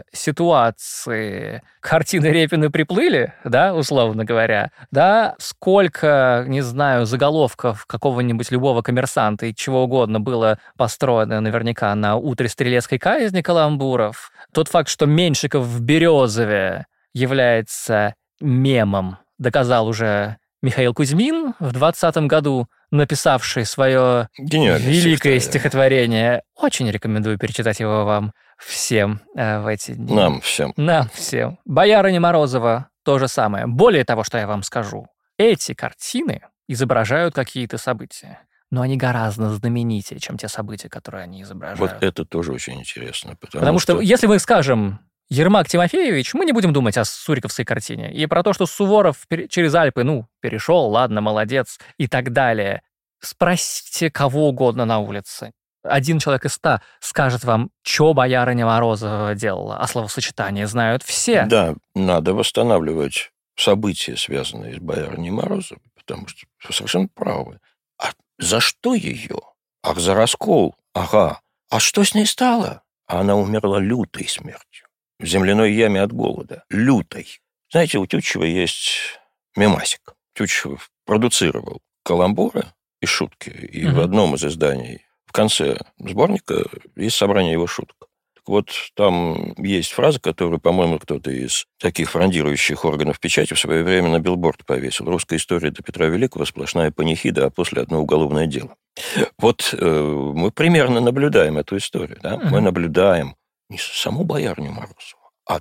ситуации картины Репина приплыли, да, условно говоря, да, сколько, не знаю, заголовков какого-нибудь любого коммерсанта и чего угодно было построено наверняка на «Утре стрелецкой казни» каламбуров. Тот факт, что Меньшиков в Березове является мемом, доказал уже Михаил Кузьмин в 2020 году, написавший свое великое стихотворение. Очень рекомендую перечитать его вам всем в эти дни. Нам всем. «Боярыня Морозова» — то же самое. Более того, что я вам скажу, эти картины изображают какие-то события, но они гораздо знаменитее, чем те события, которые они изображают. Вот это тоже очень интересно. Потому что если мы скажем Ермак Тимофеевич, мы не будем думать о суриковской картине. И про то, что Суворов через Альпы, перешел, ладно, молодец, и так далее. Спросите кого угодно на улице. 1 человек из 100 скажет вам, что боярыня Морозова делала, а словосочетание знают все. Да, надо восстанавливать события, связанные с боярыней Морозовой, потому что вы совершенно правы. А за что ее? Ах, за раскол. Ага. А что с ней стало? Она умерла лютой смертью. В земляной яме от голода. Лютой. Знаете, у Тютчева есть мемасик. Тютчев продуцировал каламбуры и шутки. И в одном из изданий, в конце сборника, есть собрание его шуток. Так вот, там есть фраза, которую, по-моему, кто-то из таких фрондирующих органов печати в свое время на билборд повесил. «Русская история до Петра Великого сплошная панихида, а после одно уголовное дело». Вот мы примерно наблюдаем эту историю. Да? Мы наблюдаем не саму боярыню Морозову, а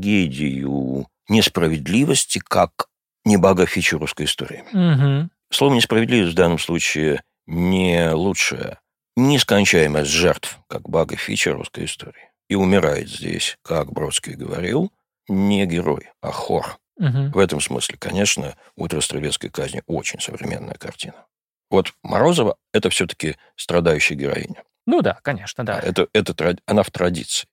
трагедию несправедливости как небага фичи русской истории. Слово «несправедливость» в данном случае не лучшее. Нескончаемость жертв, как бага фича русской истории. И умирает здесь, как Бродский говорил, не герой, а хор. В этом смысле, конечно, «Утро стрелецкой казни» очень современная картина. Вот Морозова – это все-таки страдающая героиня. Ну да, конечно, да. Она в традиции.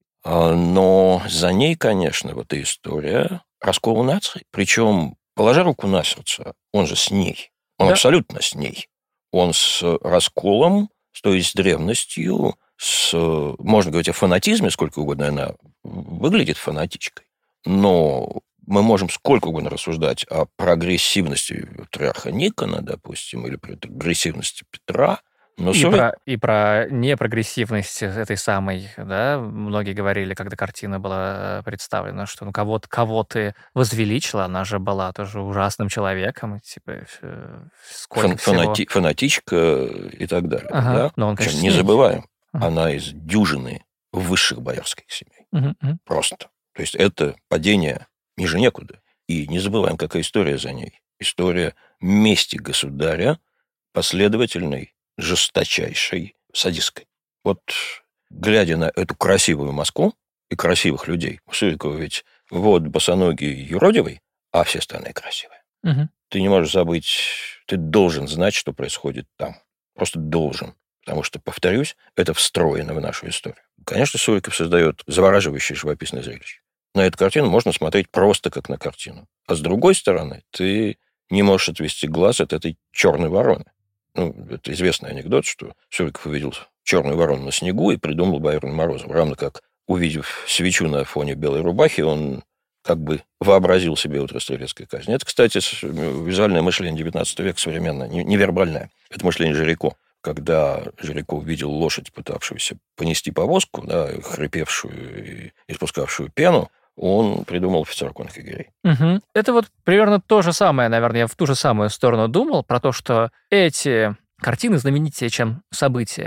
Но за ней, конечно, эта история раскола нации. Причем, положа руку на сердце, он же с ней. Он абсолютно с ней. Он с расколом, то есть с древностью, можно говорить о фанатизме, сколько угодно она выглядит фанатичкой. Но мы можем сколько угодно рассуждать о прогрессивности патриарха Никона, допустим, или прогрессивности Петра. Но и про непрогрессивность этой самой, да, многие говорили, когда картина была представлена, что кого ты возвеличила, она же была тоже ужасным человеком, типа сколько всего. Фанатичка и так далее. Да? Но он, конечно, не забываем, она из дюжины высших боярских семей. Просто. То есть это падение ниже некуда. И не забываем, какая история за ней. История мести государя, последовательной, жесточайшей, садистской. Вот, глядя на эту красивую Москву и красивых людей, у Сурикова ведь босоногий юродивый, а все остальные красивые. Ты не можешь забыть, ты должен знать, что происходит там. Просто должен. Потому что, повторюсь, это встроено в нашу историю. Конечно, Суриков создает завораживающее живописное зрелище. На эту картину можно смотреть просто как на картину. А с другой стороны, ты не можешь отвести глаз от этой черной вороны. Это известный анекдот, что Суриков увидел черную ворону на снегу и придумал боярыню Морозову. Равно как, увидев свечу на фоне белой рубахи, он как бы вообразил себе «Утро стрелецкой казни». Это, кстати, визуальное мышление 19 века современное, невербальное. Это мышление Жирико. Когда Жирико увидел лошадь, пытавшуюся понести повозку, да, хрипевшую и испускавшую пену, он придумал «Офицера конных егерей». Это примерно то же самое, наверное, я в ту же самую сторону думал, про то, что эти картины знаменитее, чем события,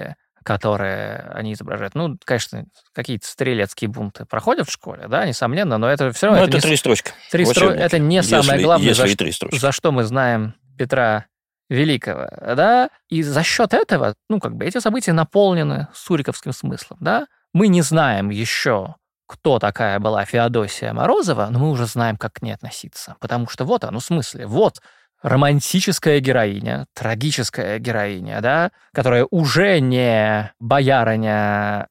которые они изображают. Ну, конечно, какие-то стрелецкие бунты проходят в школе, да, несомненно, но это все равно... Это 3 строчки. Это не самое главное, за что мы знаем Петра Великого, да, и за счет этого, эти события наполнены суриковским смыслом, да. Мы не знаем еще, кто такая была Феодосия Морозова, но мы уже знаем, как к ней относиться, потому что вот оно, в смысле, вот романтическая героиня, трагическая героиня, да, которая уже не боярыня,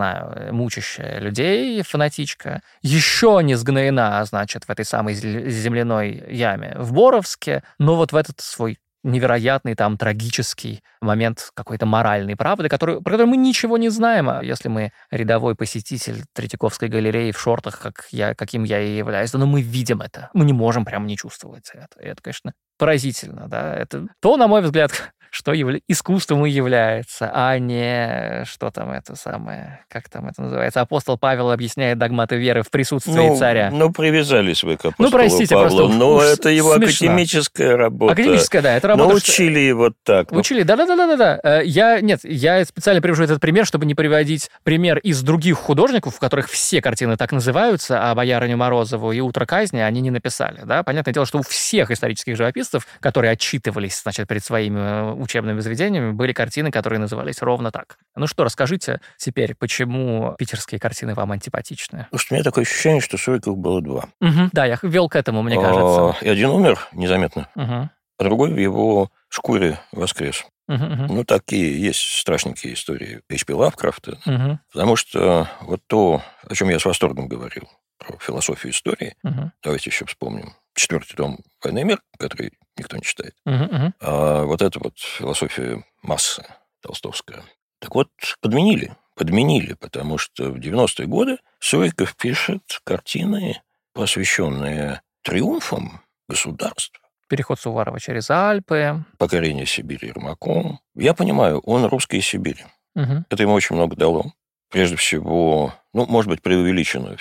мучащая людей, фанатичка, еще не сгноена, значит, в этой самой земляной яме в Боровске, но вот в этот свой невероятный, трагический момент какой-то моральной правды, про который мы ничего не знаем. А если мы рядовой посетитель Третьяковской галереи в шортах, каким я и являюсь, но мы видим это. Мы не можем прямо не чувствовать это. И это, конечно, поразительно, да. Это то, на мой взгляд, что искусством и является, а не что там это самое, как там это называется, апостол Павел объясняет догматы веры в присутствии царя. Привязались вы к апостолу Павлу, но это его смешно. Академическая работа. Академическая, да, это работа. Но учили его так. Учили, да. Я специально привожу этот пример, чтобы не приводить пример из других художников, в которых все картины так называются, а «Боярыню Морозову» и «Утро казни» они не написали, да. Понятное дело, что у всех исторических живописцев, которые отчитывались, значит, перед своими учебными заведениями, были картины, которые назывались ровно так. Ну что, расскажите теперь, почему питерские картины вам антипатичны? Потому что у меня такое ощущение, что Суриков было 2. Да, я вел к этому, мне кажется. И один умер незаметно, а другой в его шкуре воскрес. Такие есть страшненькие истории H.P. Лавкрафта, потому что вот то, о чем я с восторгом говорил, про философию истории, давайте еще вспомним 4-й том «Война и мир», который никто не читает. А вот эта вот философия массы толстовская. Так вот, подменили, потому что в 90-е годы Суриков пишет картины, посвященные триумфам государства. Переход Суворова через Альпы. Покорение Сибири Ермаком. Я понимаю, он русский из Сибири. Это ему очень много дало. Прежде всего, может быть, преувеличенные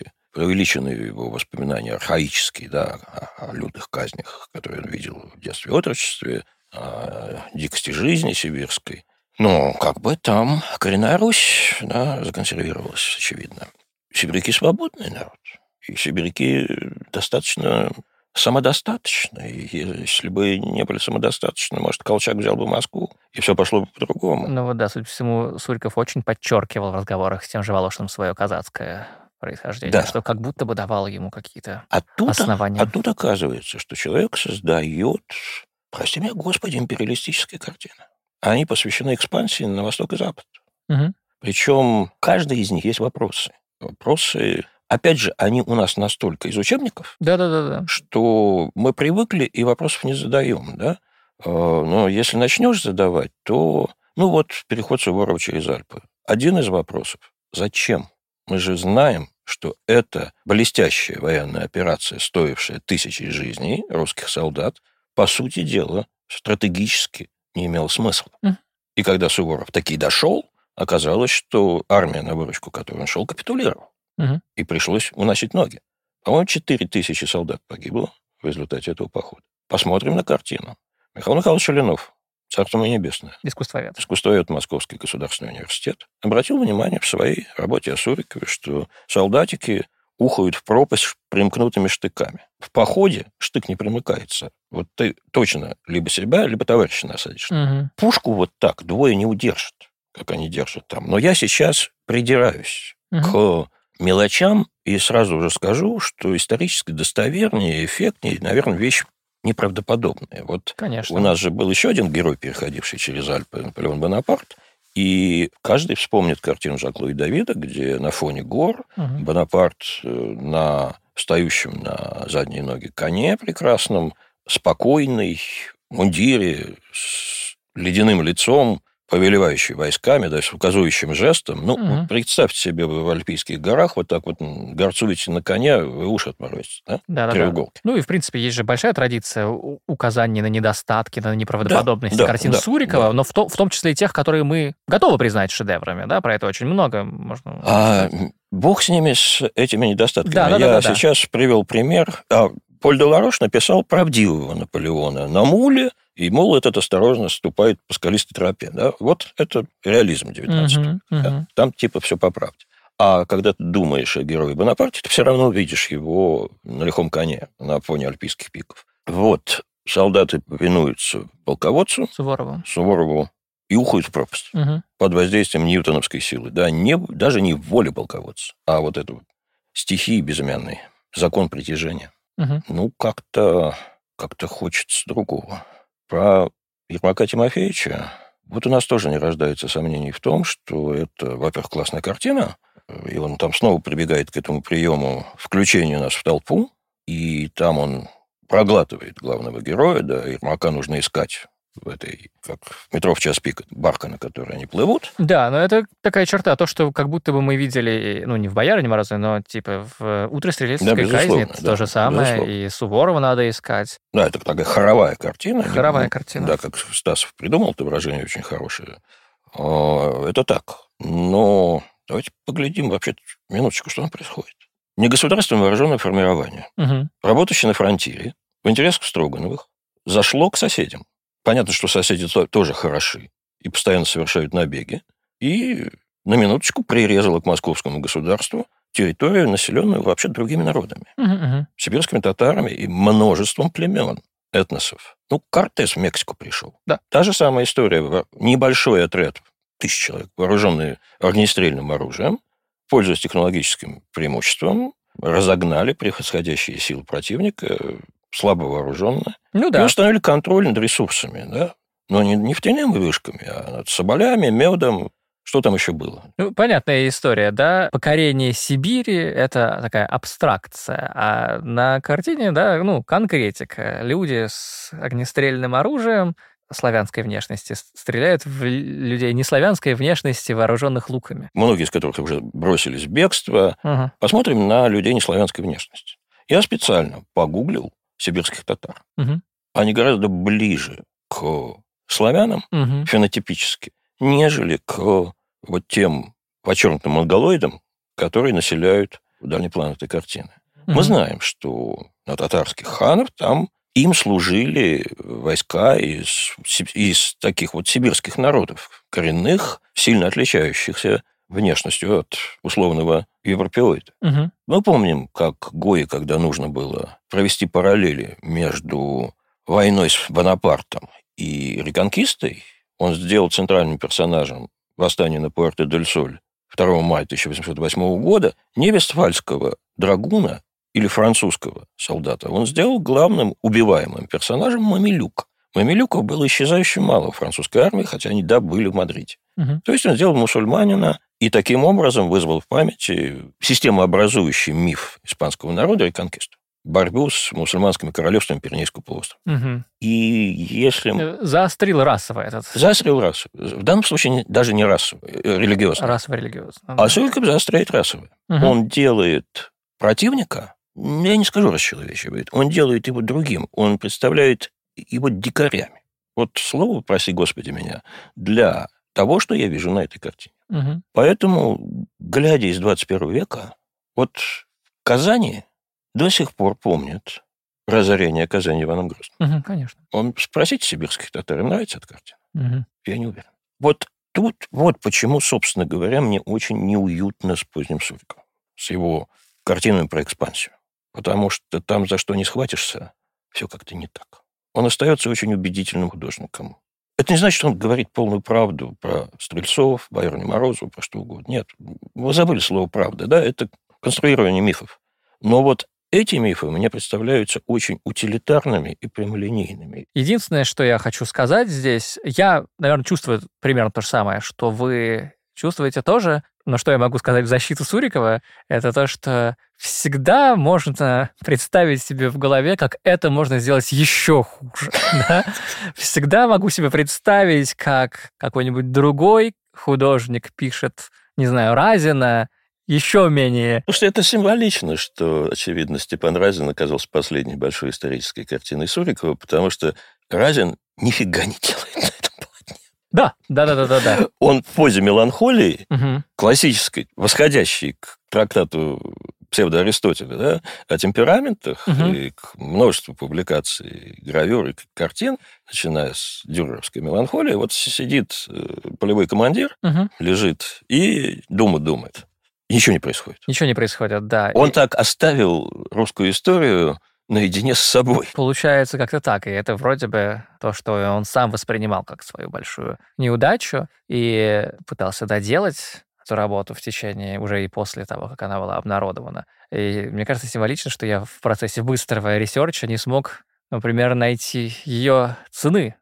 его воспоминания архаические, да, о лютых казнях, которые он видел в детстве и отрочестве, о дикости жизни сибирской. Но там коренная Русь, да, законсервировалась, очевидно. Сибиряки свободный народ. И сибиряки достаточно самодостаточны. И если бы не были самодостаточны, может, Колчак взял бы Москву, и все пошло бы по-другому. Судя по всему, Суриков очень подчеркивал в разговорах с тем же Волошиным свое казацкое происхождение, да, что как будто бы давало ему какие-то основания. А тут оказывается, что человек создает, прости меня, Господи, империалистические картины. Они посвящены экспансии на восток и запад. Причем каждый из них есть вопросы. Вопросы, опять же, они у нас настолько из учебников, что мы привыкли и вопросов не задаем. Да? Но если начнешь задавать, то... переход Суворова через Альпы. Один из вопросов. Зачем? Мы же знаем, что это блестящая военная операция, стоившая 1000 жизней русских солдат, по сути дела, стратегически не имела смысла. И когда Суворов таки дошел, оказалось, что армия, на выручку которой он шел, капитулировала. И пришлось уносить ноги. По-моему, 4000 солдат погибло в результате этого похода. Посмотрим на картину. Михаил Михайлович Ильинов, царство ему небесное, искусствовед Московский государственный университет, обратил внимание в своей работе о Сурикове, что солдатики ухают в пропасть примкнутыми штыками. В походе штык не примыкается. Вот ты точно либо себя, либо товарища насадишь. Пушку вот так двое не удержат, как они держат там. Но я сейчас придираюсь к мелочам и сразу уже скажу, что исторически достовернее, эффектнее, наверное, вещь неправдоподобная. Вот конечно. У нас же был еще один герой, переходивший через Альпы, Наполеон Бонапарт, и каждый вспомнит картину Жак-Луи Давида, где на фоне гор Бонапарт на встающем на задние ноги коне прекрасном, спокойный, в мундире, с ледяным лицом, повелевающий войсками, да, с указующим жестом. Представьте себе, вы в Альпийских горах вот так вот горцуете на коне, вы уши отморозите, да? Да. И, в принципе, есть же большая традиция указаний на недостатки, на неправдоподобности картин Сурикова, но в том числе и тех, которые мы готовы признать шедеврами, да, про это очень много можно сказать. Бог с ними, с этими недостатками. Я сейчас привел пример. Поль де Ларош написал правдивого Наполеона на муле И молот этот осторожно ступает по скалистой тропе. Да? Вот это реализм 19 века. Да? Там типа все по правде. А когда ты думаешь о герое Бонапарте, ты все равно видишь его на лихом коне на фоне альпийских пиков. Вот солдаты повинуются полководцу Суворову и уходят в пропасть под воздействием ньютоновской силы. Да, даже не воли полководца, а вот эту стихии безымянной, закон притяжения. Ну, как-то хочется другого. Про Ермака Тимофеевича вот у нас тоже не рождается сомнений в том, что это, во-первых, классная картина, и он там снова прибегает к этому приему включения нас в толпу, и там он проглатывает главного героя, да, Ермака нужно искать в этой, как в метро в час пик, барка, на которой они плывут. Да, но это такая черта, то, что как будто бы мы видели, ну, не в «Боярине Морозовой», но типа в «Утро стрелецкой казни» то же самое, безусловно. И Суворова надо искать. Да, это такая хоровая картина. Хоровая картина. Да, как Стасов придумал, это выражение очень хорошее. Это так. Но давайте поглядим вообще, минуточку, что там происходит. Негосударственное вооруженное формирование, работающее на фронтире, в интересах Строгановых, зашло к соседям. Понятно, что соседи тоже хороши и постоянно совершают набеги. И на минуточку прирезало к московскому государству территорию, населенную вообще другими народами. Сибирскими татарами и множеством племен, этносов. Ну, Кортес в Мексику пришел. Да. Та же самая история. Небольшой отряд, 1000 человек, вооруженные огнестрельным оружием, пользуясь технологическим преимуществом, разогнали превосходящие силы противника, слабо вооруженные, ну, да. И установили контроль над ресурсами, да? Но не нефтяными вышками, а над соболями, медом. Что там еще было? Ну, понятная история, да? Покорение Сибири – это такая абстракция, а на картине, да, ну, конкретика. Люди с огнестрельным оружием славянской внешности стреляют в людей неславянской внешности, вооруженных луками. Многие из которых уже бросились в бегство. Посмотрим на людей неславянской внешности. Я специально погуглил сибирских татар. Они гораздо ближе к славянам фенотипически, нежели к вот тем подчеркнутым монголоидам, которые населяют дальний план этой картины. Мы знаем, что на татарских ханов там им служили войска из таких вот сибирских народов, коренных, сильно отличающихся внешностью от условного европеоида. Мы помним, как Гои, когда нужно было провести параллели между войной с Бонапартом и реконкистой, он сделал центральным персонажем восстания на Пуэрто-дель-Соль 2 мая 1808 года не вестфальского драгуна или французского солдата. Он сделал главным убиваемым персонажем мамилюка. Мамилюков было исчезающе мало в французской армии, хотя они, да, были в Мадриде. То есть он сделал мусульманина и таким образом вызвал в памяти системообразующий миф испанского народа реконкисту. Борьбу с мусульманскими королевствами Пиренейского полуострова. И если... Заострил расово этот. Заострил расово. В данном случае даже не расово, религиозно. Расово-религиозно. А Суриков заостряет расово. Он делает противника, я не скажу расчеловечивает, он делает его другим. Он представляет его дикарями. Вот слово, прости Господи меня, для того, что я вижу на этой картине. Поэтому, глядя из 21 века, вот в Казани до сих пор помнят разорение Казани Иваном Грозным. Конечно. Спросите сибирских татар, им нравится эта картина? Я не уверен. Вот тут, вот почему, собственно говоря, мне очень неуютно с поздним Суриковым, с его картинами про экспансию. Потому что там, за что не схватишься, все как-то не так. Он остается очень убедительным художником. Это не значит, что он говорит полную правду про Стрельцов, Боярыню Морозову, про что угодно. Нет, вы забыли слово «правда», да? Это конструирование мифов. Но вот эти мифы мне представляются очень утилитарными и прямолинейными. Единственное, что я хочу сказать здесь, я, наверное, чувствую примерно то же самое, что вы чувствуете тоже, но что я могу сказать в защиту Сурикова, это то, что всегда можно представить себе в голове, как это можно сделать еще хуже. Да? Всегда могу себе представить, как какой-нибудь другой художник пишет, не знаю, Разина, еще менее. Потому что это символично, что, очевидно, Степан Разин оказался последней большой исторической картиной Сурикова, потому что Разин нифига не делает на этом полотне. Да. Он в позе меланхолии, классической, восходящей к трактату псевдоаристотеля, да, о темпераментах и к множеству публикаций, гравюр и картин, начиная с дюреровской меланхолии. Вот сидит полевой командир, лежит и думает. И ничего не происходит. Ничего не происходит, да. Он так оставил русскую историю наедине с собой. Получается как-то так. И это вроде бы то, что он сам воспринимал как свою большую неудачу и пытался доделать эту работу в течение уже и после того, как она была обнародована. И мне кажется символично, что я в процессе быстрого ресерча не смог, например, найти ее цены.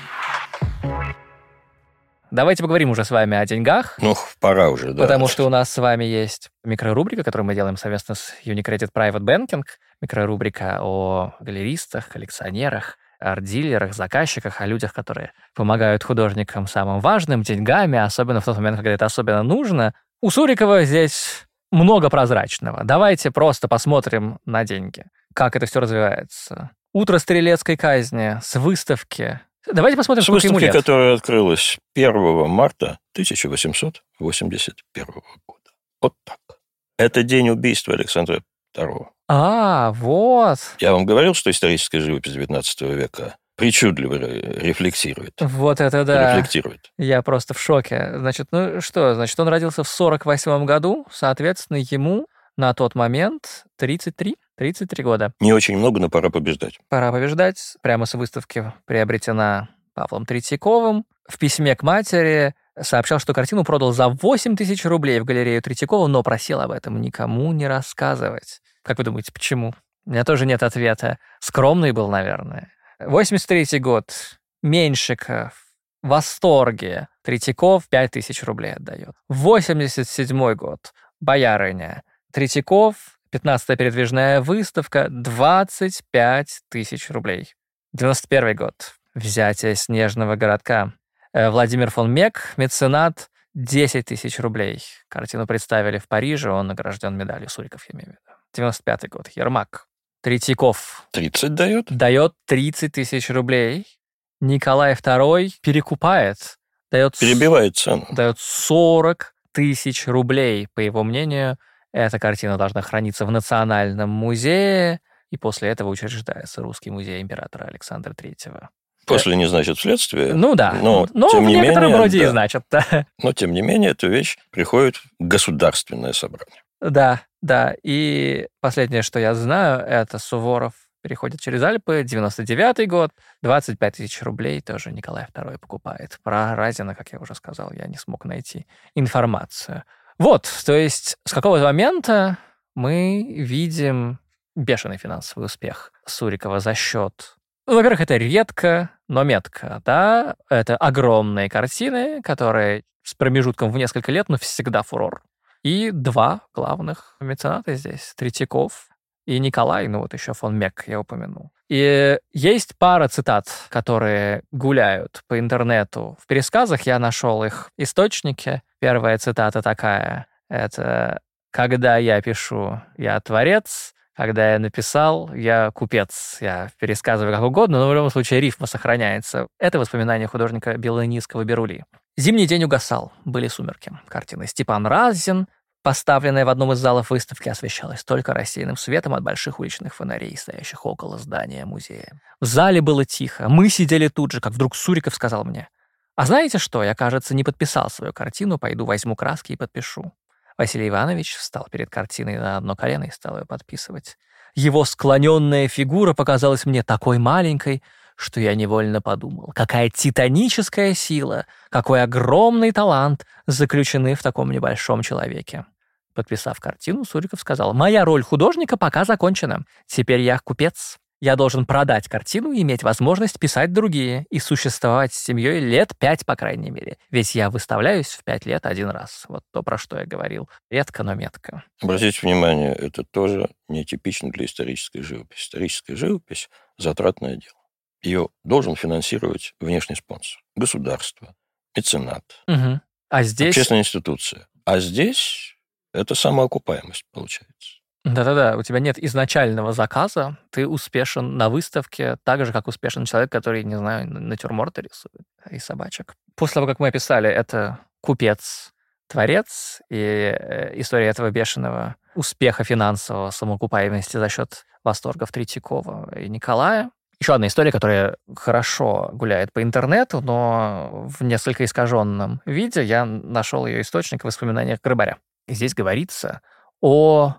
Давайте поговорим уже с вами о деньгах. Ну, пора уже, да. Потому что у нас с вами есть микрорубрика, которую мы делаем совместно с Unicredit Private Banking. Микрорубрика о галеристах, коллекционерах, арт-дилерах, заказчиках, о людях, которые помогают художникам самым важным, деньгами, особенно в тот момент, когда это особенно нужно. У Сурикова здесь много прозрачного. Давайте просто посмотрим на деньги. Как это все развивается. Утро стрелецкой казни с выставки. Давайте посмотрим, сколько ему лет. С выставки, которая открылась 1 марта 1881 года. Вот так. Это день убийства Александра II. Вот. Я вам говорил, что историческая живопись XIX века причудливо рефлексирует. Вот это да. Рефлектирует. Я просто в шоке. Значит, он родился в 48 году, соответственно, ему на тот момент 33 года. Не очень много, но пора побеждать. Пора побеждать. Прямо с выставки приобретена Павлом Третьяковым. В письме к матери сообщал, что картину продал за 8 тысяч рублей в галерею Третьякова, но просил об этом никому не рассказывать. Как вы думаете, почему? У меня тоже нет ответа. Скромный был, наверное. 83-й год. Меньшиков. В восторге. Третьяков 5 тысяч рублей отдает. 87-й год. Боярыня. Третьяков, 15-я передвижная выставка, 25 тысяч рублей. 91 год. Взятие снежного городка. Владимир фон Мек, меценат, 10 тысяч рублей. Картину представили в Париже, он награжден медалью Суриков, я имею в виду. 95 год. Ермак. Третьяков. 30 дает? Дает 30 тысяч рублей. Николай II перекупает. Перебивает цену. Дает 40 тысяч рублей, по его мнению. Эта картина должна храниться в Национальном музее, и после этого учреждается Русский музей императора Александра III. После не значит вследствие. Ну да, но тем в не некотором менее, роде да. и значит. Да. Но, тем не менее, эта вещь приходит в государственное собрание. Да. И последнее, что я знаю, это Суворов переходит через Альпы, 99-й год, 25 тысяч рублей тоже Николай II покупает. Про Разина, как я уже сказал, я не смог найти информацию. Вот, то есть с какого-то момента мы видим бешеный финансовый успех Сурикова за счет... во-первых, это редко, но метко, да? Это огромные картины, которые с промежутком в несколько лет, но всегда фурор. И два главных мецената здесь, Третьяков и Николай, еще фон Мек я упомянул. И есть пара цитат, которые гуляют по интернету. В пересказах я нашел их источники. Первая цитата такая. Это «Когда я пишу, я творец. Когда я написал, я купец». Я пересказываю как угодно, но в любом случае рифма сохраняется. Это воспоминания художника Белынийского Берули. «Зимний день угасал. Были сумерки». Картина Степан Разин, поставленная в одном из залов выставки, освещалась только рассеянным светом от больших уличных фонарей, стоящих около здания музея. В зале было тихо. Мы сидели тут же, как вдруг Суриков сказал мне: «А знаете что? Я, кажется, не подписал свою картину. Пойду возьму краски и подпишу». Василий Иванович встал перед картиной на одно колено и стал ее подписывать. Его склоненная фигура показалась мне такой маленькой, что я невольно подумал, какая титаническая сила, какой огромный талант заключены в таком небольшом человеке. Подписав картину, Суриков сказал: «Моя роль художника пока закончена. Теперь я купец. Я должен продать картину и иметь возможность писать другие и существовать с семьей лет 5, по крайней мере. Ведь я выставляюсь в 5 лет один раз». Вот то, про что я говорил. Редко, но метко. Обратите внимание, это тоже нетипично для исторической живописи. Историческая живопись – затратное дело. Ее должен финансировать внешний спонсор. Государство, меценат, А здесь... общественная институция. А здесь это самоокупаемость получается. Да-да-да, у тебя нет изначального заказа, ты успешен на выставке так же, как успешен человек, который, не знаю, натюрморты рисует и собачек. После того, как мы описали, это купец, творец, и история этого бешеного успеха финансового, самоокупаемости за счет восторгов Третьякова и Николая. Еще одна история, которая хорошо гуляет по интернету, но в несколько искаженном виде. Я нашел ее источник в воспоминаниях Грабаря. И здесь говорится о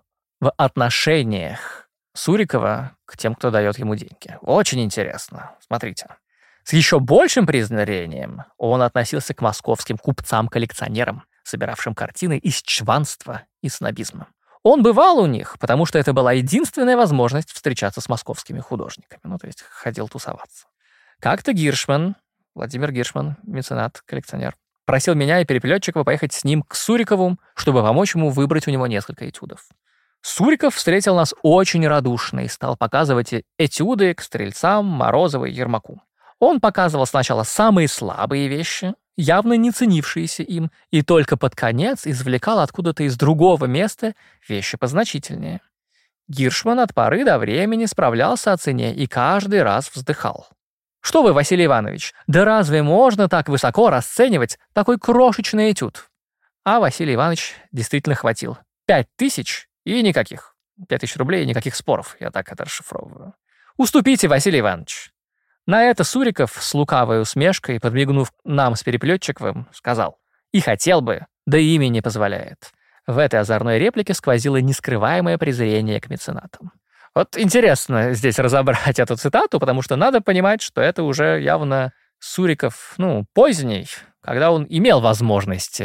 отношениях Сурикова к тем, кто дает ему деньги. Очень интересно. Смотрите. С еще большим презрением он относился к московским купцам-коллекционерам, собиравшим картины из чванства и снобизма. Он бывал у них, потому что это была единственная возможность встречаться с московскими художниками. Ну, то есть ходил тусоваться. Как-то Гиршман, Владимир Гиршман, меценат, коллекционер, просил меня и Переплетчикова поехать с ним к Сурикову, чтобы помочь ему выбрать у него несколько этюдов. Суриков встретил нас очень радушно и стал показывать этюды к Стрельцам, Морозову и Ермаку. Он показывал сначала самые слабые вещи, явно не ценившиеся им, и только под конец извлекал откуда-то из другого места вещи позначительнее. Гиршман от поры до времени справлялся о цене и каждый раз вздыхал. «Что вы, Василий Иванович, да разве можно так высоко расценивать такой крошечный этюд?» А Василий Иванович действительно хватил. 5000 и никаких. 5000 рублей и никаких споров, я так это расшифровываю. «Уступите, Василий Иванович». На это Суриков с лукавой усмешкой, подмигнув нам с Переплетчиковым, сказал: «И хотел бы, да имя не позволяет». В этой озорной реплике сквозило нескрываемое презрение к меценатам. Вот интересно здесь разобрать эту цитату, потому что надо понимать, что это уже явно Суриков, поздний, когда он имел возможность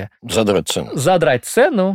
задрать цену.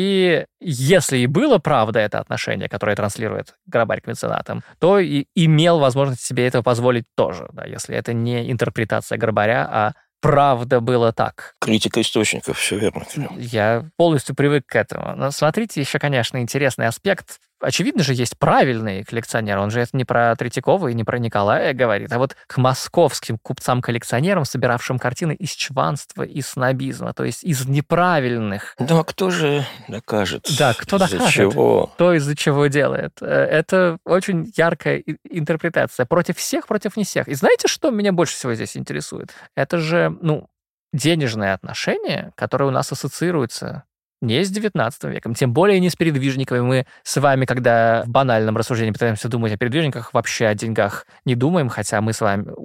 И если и было правда это отношение, которое транслирует Грабарь к меценатам, то и имел возможность себе этого позволить тоже, да, если это не интерпретация Грабаря, а правда было так. Критика источников, все верно. Я полностью привык к этому. Но смотрите, еще, конечно, интересный аспект. Очевидно же, есть правильный коллекционер. Он же это не про Третьякова и не про Николая говорит, а вот к московским купцам-коллекционерам, собиравшим картины из чванства и снобизма, то есть из неправильных. Да, кто же докажет? Да, кто докажет? Из-за чего? Кто из-за чего делает? Это очень яркая интерпретация. Против всех, против не всех. И знаете, что меня больше всего здесь интересует? Это же, денежные отношения, которые у нас ассоциируются не с 19 веком, тем более не с передвижниками. Мы с вами, когда в банальном рассуждении пытаемся думать о передвижниках, вообще о деньгах не думаем, хотя мы с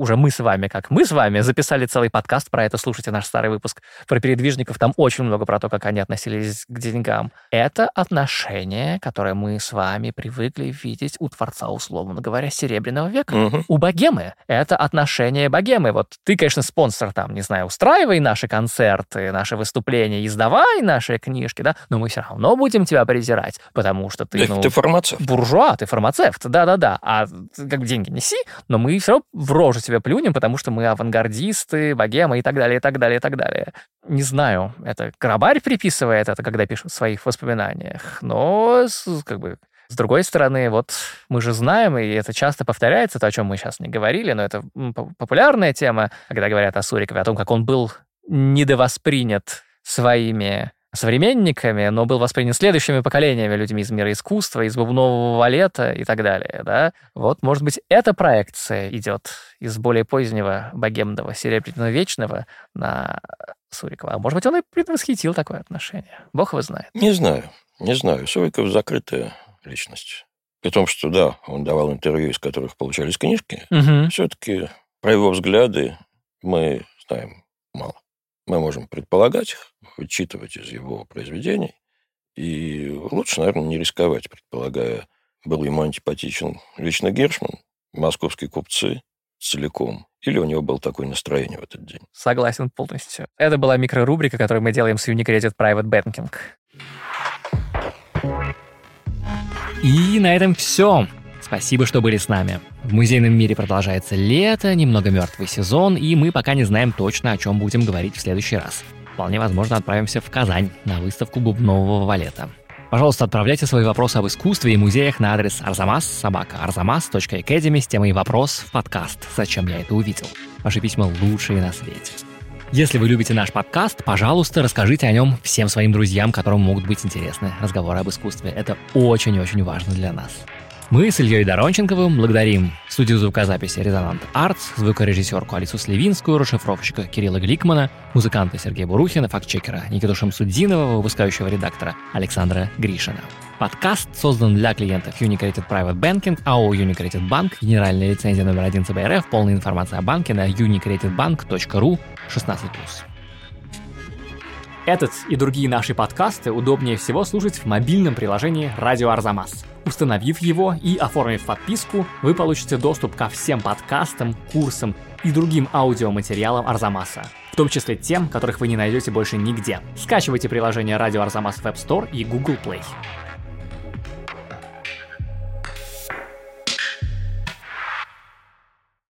вами записали целый подкаст про это, слушайте наш старый выпуск про передвижников, там очень много про то, как они относились к деньгам. Это отношение, которое мы с вами привыкли видеть у творца, условно говоря, Серебряного века. Угу. У богемы. Это отношение богемы. Вот ты, конечно, спонсор там, не знаю, устраивай наши концерты, наши выступления, издавай наши книги, да, но мы все равно будем тебя презирать, потому что ты, ты фармацевт. Буржуа, ты фармацевт, да-да-да, а как деньги неси, но мы все равно в рожу тебя плюнем, потому что мы авангардисты, богема и так далее, и так далее, и так далее. Не знаю, это Грабарь приписывает это, когда пишет в своих воспоминаниях, но с другой стороны, вот мы же знаем, и это часто повторяется, то, о чем мы сейчас не говорили, но это популярная тема, когда говорят о Сурикове, о том, как он был недовоспринят своими современниками, но был воспринят следующими поколениями, людьми из мира искусства, из бубнового валета и так далее, да. Вот, может быть, эта проекция идет из более позднего богемного серебряного вечного на Сурикова. А может быть, он и предвосхитил такое отношение. Бог его знает. Не знаю. Суриков закрытая личность. При том, что, да, он давал интервью, из которых получались книжки, все-таки про его взгляды мы знаем мало. Мы можем предполагать их, вычитывать из его произведений. И лучше, наверное, не рисковать, предполагая, был ему антипатичен лично Гиршман, московские купцы целиком. Или у него было такое настроение в этот день. Согласен полностью. Это была микрорубрика, которую мы делаем с Unicredit Private Banking. И на этом все. Спасибо, что были с нами. В музейном мире продолжается лето, немного мертвый сезон, и мы пока не знаем точно, о чем будем говорить в следующий раз. Вполне возможно, отправимся в Казань на выставку бубнового валета. Пожалуйста, отправляйте свои вопросы об искусстве и музеях на адрес arzamas@arzamas.academy с темой «Вопрос» в подкаст «Зачем я это увидел?». Ваши письма лучшие на свете. Если вы любите наш подкаст, пожалуйста, расскажите о нем всем своим друзьям, которым могут быть интересны разговоры об искусстве. Это очень-очень важно для нас. Мы с Ильей Доронченковым благодарим студию звукозаписи «Резонант Артс», звукорежиссерку Алису Сливинскую, расшифровщика Кирилла Гликмана, музыканта Сергея Бурухина, фактчекера Никиту Шамсуддинова, выпускающего редактора Александра Гришина. Подкаст создан для клиентов Unicredit Private Banking, АО Unicredit Bank, генеральная лицензия номер 1 ЦБ РФ, полная информация о банке на unicreditbank.ru 16+. Этот и другие наши подкасты удобнее всего слушать в мобильном приложении «Радио Арзамас». Установив его и оформив подписку, вы получите доступ ко всем подкастам, курсам и другим аудиоматериалам Арзамаса, в том числе тем, которых вы не найдете больше нигде. Скачивайте приложение «Радио Арзамас» в App Store и Google Play.